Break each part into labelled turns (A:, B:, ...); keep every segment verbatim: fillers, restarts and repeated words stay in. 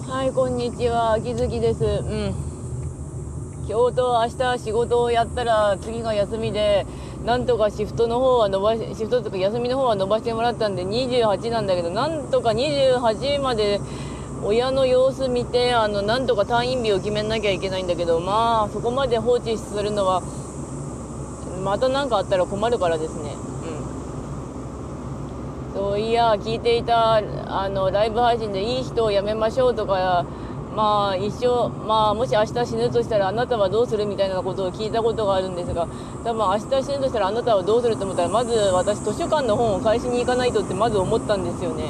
A: はい、こんにちは、秋月です。うん。今日と明日仕事をやったら次が休みで、なんとかシフトの方は伸ばし、シフトとか休みの方は伸ばしてもらったんでにじゅうはちなんだけど、なんとかにじゅうはちまで親の様子見て、あの、なんとか退院日を決めなきゃいけないんだけど、まあ、そこまで放置するのは、また何かあったら困るからですね。うん。そういや、聞いていた、あの、ライブ配信でいい人をやめましょうとか、まあ一生、まあもし明日死ぬとしたらあなたはどうするみたいなことを聞いたことがあるんですが、多分明日死ぬとしたらあなたはどうすると思ったら、まず私図書館の本を返しに行かないとってまず思ったんですよね。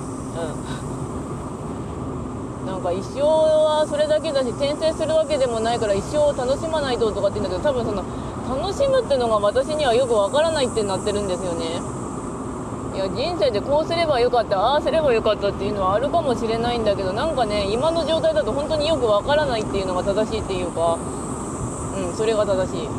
A: うん。なんか一生はそれだけだし、転生するわけでもないから一生を楽しまないととかって言うんだけど、多分その楽しむってのが私にはよくわからないってなってるんですよね。いや、人生でこうすればよかった、ああすればよかったっていうのはあるかもしれないんだけど、なんかね、今の状態だと本当によくわからないっていうのが正しいっていうか、うん、それが正しい。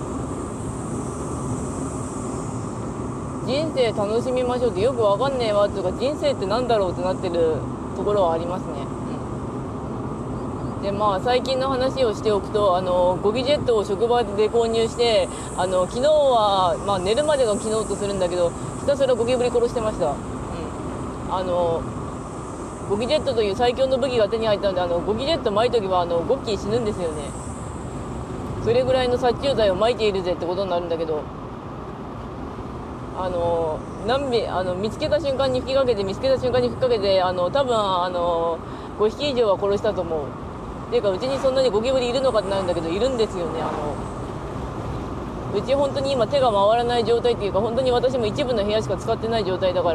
A: 人生楽しみましょうってよくわかんねえわっていうか、人生ってなんだろうってなってるところはありますね。うん、で、まあ最近の話をしておくと、あのゴギジェットを職場で購入して、あの昨日は、まあ、寝るまでが昨日とするんだけど、ひたすらゴキブリ殺してました。うん。あのゴギジェットという最強の武器が手に入ったので、あのゴギジェット巻いとけばあのゴッキー死ぬんですよね。それぐらいの殺虫剤を撒いているぜってことになるんだけど、あの何尾あの見つけた瞬間に吹きかけて見つけた瞬間に吹きかけて、あの多分あのごひき以上は殺したと思う。っていうか、うちにそんなにゴキブリいるのかってなるんだけど、いるんですよね。あのうち本当に今手が回らない状態っていうか、本当に私も一部の部屋しか使ってない状態だから。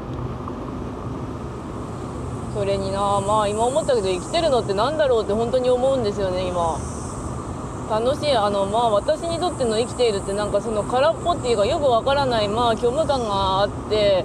A: それにな、まあ今思ったけど、生きてるのってなんだろうって本当に思うんですよね。今楽しい、あのまあ私にとっての生きているってなんかその空っぽっていうか、よくわからない、まあ虚無感があって、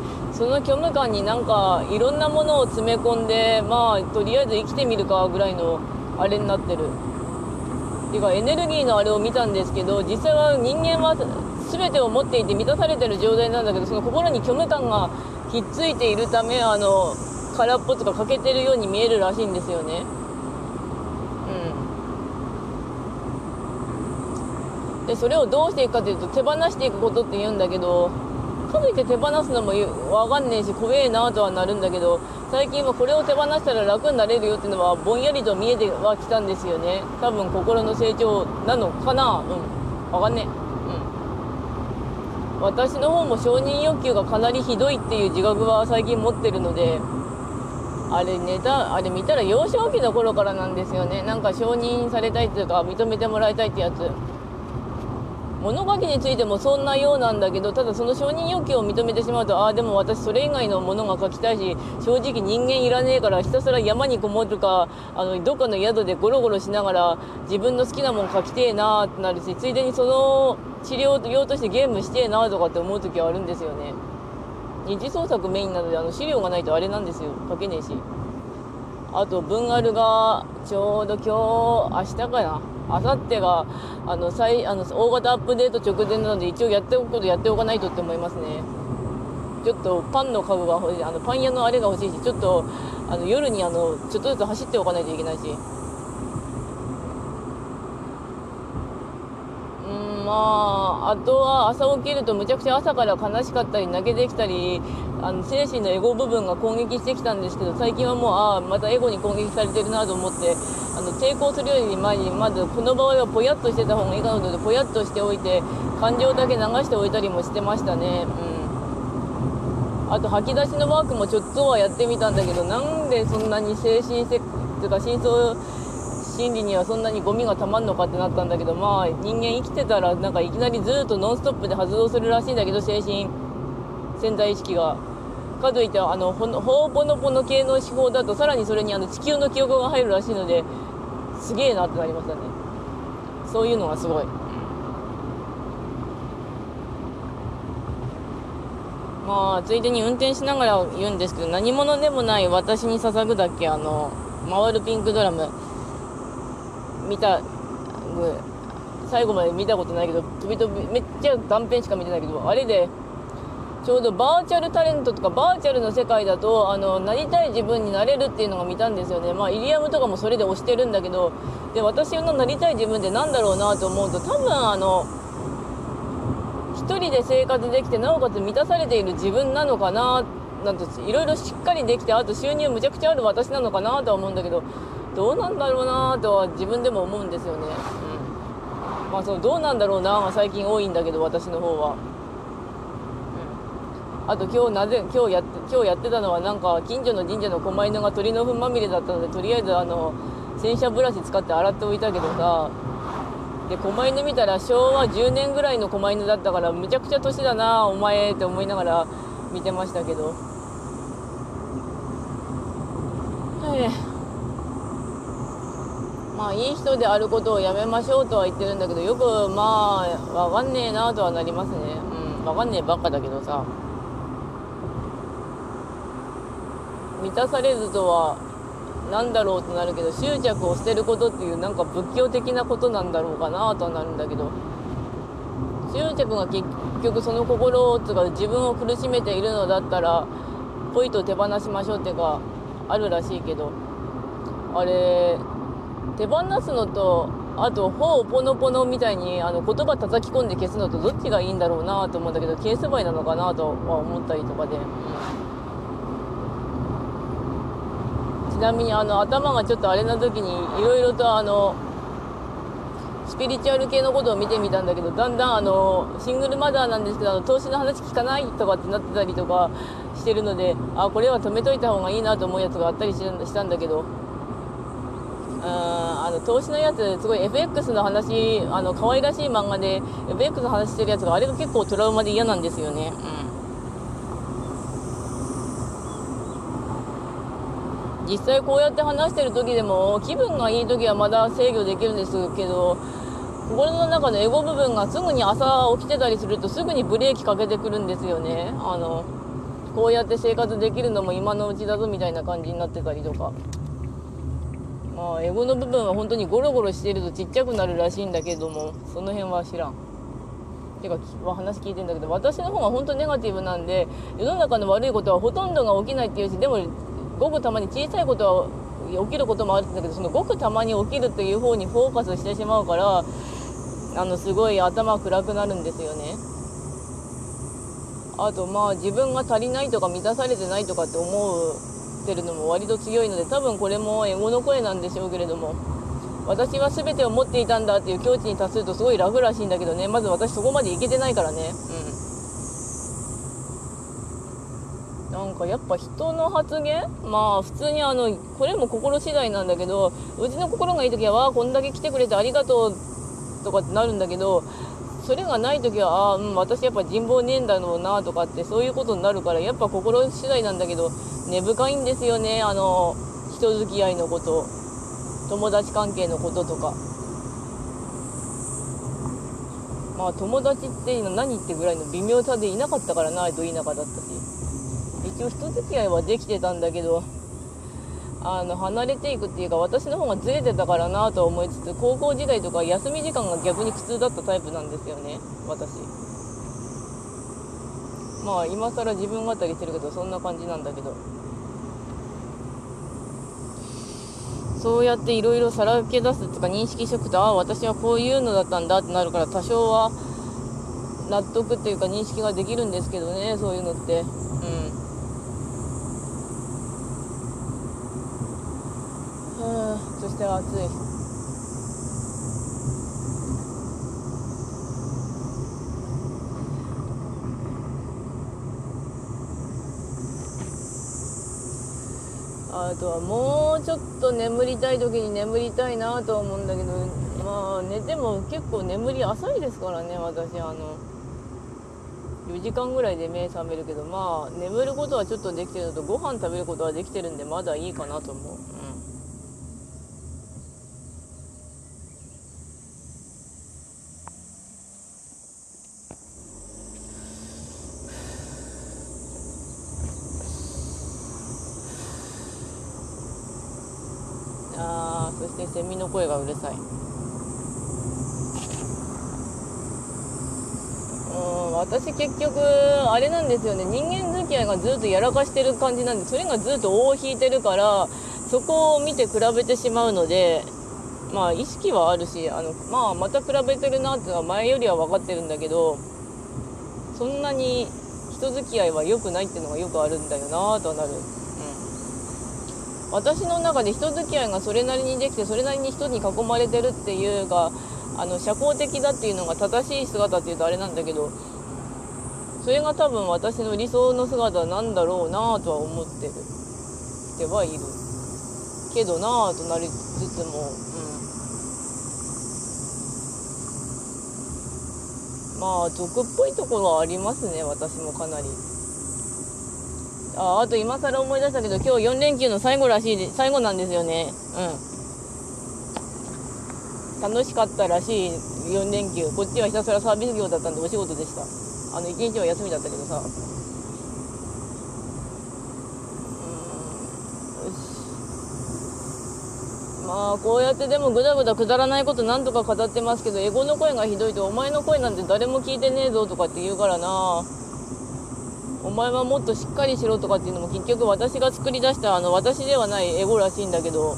A: その虚無感になんかいろんなものを詰め込んで、まあとりあえず生きてみるかぐらいのあれになってるっていうか、エネルギーのあれを見たんですけど、実際は人間は全てを持っていて満たされてる状態なんだけど、その心に虚無感がひっついているため、あの空っぽとか欠けてるように見えるらしいんですよね。うん。でそれをどうしていくかというと、手放していくことって言うんだけど、かといって手放すのもわかんねえし怖えなとはなるんだけど、最近はこれを手放したら楽になれるよっていうのはぼんやりと見えてはきたんですよね。多分心の成長なのかな。うん、わかんねえ。うん。私の方も承認欲求がかなりひどいっていう自覚は最近持ってるので、あれネタあれ見たら幼少期の頃からなんですよね。なんか承認されたいというか認めてもらいたいってやつ。物書きについてもそんなようなんだけど、ただその承認欲求を認めてしまうと、ああでも私それ以外のものが書きたいし、正直人間いらねえからひたすら山にこもるか、あのどっかの宿でゴロゴロしながら自分の好きなもん書きてえなーってなるし、ついでにその治療用としてゲームしてえなーとかって思う時はあるんですよね。二次創作メインなので、あの資料がないとあれなんですよ、書けねえし。あと文アルがちょうど今日明日かな、明後日があの最あの大型アップデート直前なので、一応やっておくことやっておかないとって思いますね。ちょっとパンの家具が欲しい、あのパン屋のあれが欲しいし、ちょっとあの夜にあのちょっとずつ走っておかないといけないし、うん、まああとは朝起きるとむちゃくちゃ朝から悲しかったり泣けてきたり、あの精神のエゴ部分が攻撃してきたんですけど、最近はもうああまたエゴに攻撃されてるなと思って、あの抵抗するより前にまずこの場合はぽやっとしてた方がいいかなので、ぽやっとしておいて感情だけ流しておいたりもしてましたね。うん。あと吐き出しのワークもちょっとはやってみたんだけど、なんでそんなに精神せというか深層心理にはそんなにゴミがたまんのかってなったんだけど、まあ人間生きてたらなんかいきなりずっとノンストップで発動するらしいんだけど、精神潜在意識が。かといってあのほほぼのぼの系の手法だと、さらにそれにあの地球の記憶が入るらしいので、すげえなってなりましたね。そういうのがすごい。まあついでに運転しながら言うんですけど、何者でもない私に捧ぐだっけ、あの回るピンクドラム見た、最後まで見たことないけど、飛び飛びめっちゃ断片しか見てないけど、あれでちょうどバーチャルタレントとかバーチャルの世界だとあのなりたい自分になれるっていうのが見たんですよね。まあイリアムとかもそれで推してるんだけど、で私のなりたい自分ってなんだろうなと思うと、多分あの一人で生活できてなおかつ満たされている自分なのかな、なんていろいろしっかりできて、あと収入むちゃくちゃある私なのかなとは思うんだけど、どうなんだろうなとは自分でも思うんですよね。うん、まあそのどうなんだろうなが最近多いんだけど、私の方は。あと今日なぜ今日やって今日やってたのは、なんか近所の神社の狛犬が鳥の糞まみれだったので、とりあえずあの洗車ブラシ使って洗っておいたけどさ、で狛犬見たらしょうわじゅうねんぐらいの狛犬だったから、むちゃくちゃ年だなお前って思いながら見てましたけど、はい、まあいい人であることをやめましょうとは言ってるんだけど、よくまあわかんねえなとはなりますね。うん、わかんねえばっかだけどさ、満たされずとは何だろうとなるけど、執着を捨てることっていうなんか仏教的なことなんだろうかなとはなるんだけど、執着が結局その心をつか自分を苦しめているのだったらポイと手放しましょうっていうかあるらしいけど、あれ手放すのと、あとほうポノポノみたいにあの言葉叩き込んで消すのとどっちがいいんだろうなと思うんだけど、ケースバイなのかなとは思ったりとかで、ちなみにあの頭がちょっとあれな時にいろいろとあのスピリチュアル系のことを見てみたんだけど、だんだんあのシングルマザーなんですけど、あの投資の話聞かないとかってなってたりとかしてるので、あこれは止めといた方がいいなと思うやつがあったりしたんだけど、ああの投資のやつすごい エフエックス の話、あの可愛らしい漫画で エフエックス の話してるやつが、あれが結構トラウマで嫌なんですよね。うん、実際こうやって話してる時でも気分がいい時はまだ制御できるんですけど、心の中のエゴ部分がすぐに朝起きてたりするとすぐにブレーキかけてくるんですよね。あのこうやって生活できるのも今のうちだぞみたいな感じになってたりとか、まあエゴの部分は本当にゴロゴロしているとちっちゃくなるらしいんだけども、その辺は知らん。てか話聞いてんだけど、私の方が本当ネガティブなんで、世の中の悪いことはほとんどが起きないっていうし、でもごくたまに小さいことは起きることもあるんだけど、そのごくたまに起きるっていう方にフォーカスしてしまうから、あのすごい頭暗くなるんですよね。あとまあ自分が足りないとか満たされてないとかって思ってるのも割と強いので、多分これもエゴの声なんでしょうけれども、私は全てを持っていたんだっていう境地に達するとすごい楽らしいんだけどね、まず私そこまでいけてないからね。うん、なんかやっぱ人の発言、まあ普通にあのこれも心次第なんだけど、うちの心がいい時はわあこんだけ来てくれてありがとうとかってなるんだけど、それがない時はあ、うん、私やっぱ人望ねえんだろうなとかってそういうことになるから、やっぱ心次第なんだけど、根深いんですよね。あの人付き合いのこと、友達関係のこととか、まあ友達っていうの何ってぐらいの微妙さでいなかったからな、ど田舎だったし、一応人付き合いはできてたんだけど、あの離れていくっていうか私の方がずれてたからなと思いつつ、高校時代とか休み時間が逆に苦痛だったタイプなんですよね、私。まあ今更自分語りしてるけどそんな感じなんだけど、そうやっていろいろさらけ出すとか認識しておくと、ああ私はこういうのだったんだってなるから、多少は納得っていうか認識ができるんですけどね、そういうのって。うんはあ、そして暑い。あとはもうちょっと眠りたい時に眠りたいなとは思うんだけど、まあ寝ても結構眠り浅いですからね、私あのよじかんぐらいで目覚めるけど、まあ眠ることはちょっとできてるのと、ご飯食べることはできてるんでまだいいかなと思う。うん、あー、そしてセミの声がうるさい。うん、 私結局あれなんですよね、人間付き合いがずっとやらかしてる感じなんで、それがずっと尾を引いてるから、そこを見て比べてしまうので、まあ意識はあるし、あのまあまた比べてるなっていうのは前よりは分かってるんだけど、そんなに人付き合いは良くないっていうのがよくあるんだよなとはなる。うん、私の中で人付き合いがそれなりにできて、それなりに人に囲まれてるっていうか、あの社交的だっていうのが正しい姿っていうとあれなんだけど、それが多分私の理想の姿なんだろうなとは思ってるではいるけどなとなりつつも、うん、まあ俗っぽいところはありますね、私もかなり。ああと今更思い出したけど、今日よん連休の最後らしいで、最後なんですよね。うん、楽しかったらしいよん連休。こっちはひたすらサービス業だったんでお仕事でした。あのいちにちは休みだったけどさ。うーん、よし、まあこうやってでもぐだぐだくだらないことなんとか語ってますけど、エゴの声がひどいと、お前の声なんて誰も聞いてねえぞとかって言うからな。お前はもっとしっかりしろとかっていうのも結局私が作り出した、あの私ではないエゴらしいんだけど、う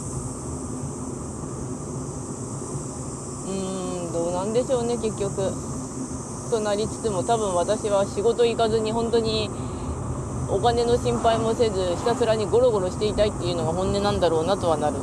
A: ーん、どうなんでしょうね結局。となりつつも、多分私は仕事行かずに本当にお金の心配もせずひたすらにゴロゴロしていたいっていうのが本音なんだろうなとはなる。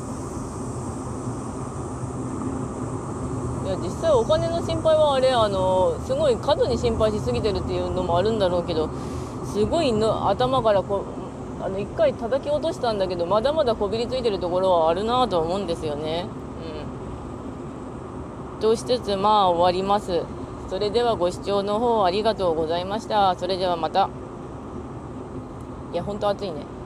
A: いや実際お金の心配はあれ、あのすごい過度に心配しすぎてるっていうのもあるんだろうけど、すごいの頭からこうあの一回叩き落としたんだけど、まだまだこびりついてるところはあるなとは思うんですよね。うん、としつつまあ終わります。それではご視聴の方ありがとうございました。それではまた。いやほんと暑いね。